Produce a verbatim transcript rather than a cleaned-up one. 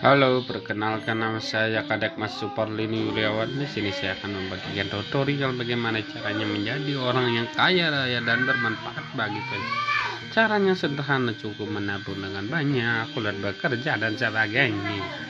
Halo, perkenalkan nama saya Kadek Mas Suparlini Yuliawan. Di sini saya akan membagikan tutorial bagaimana caranya menjadi orang yang kaya raya dan bermanfaat bagi penyu. Caranya sederhana, cukup menabung dengan banyak, dan bekerja dan sebagainya.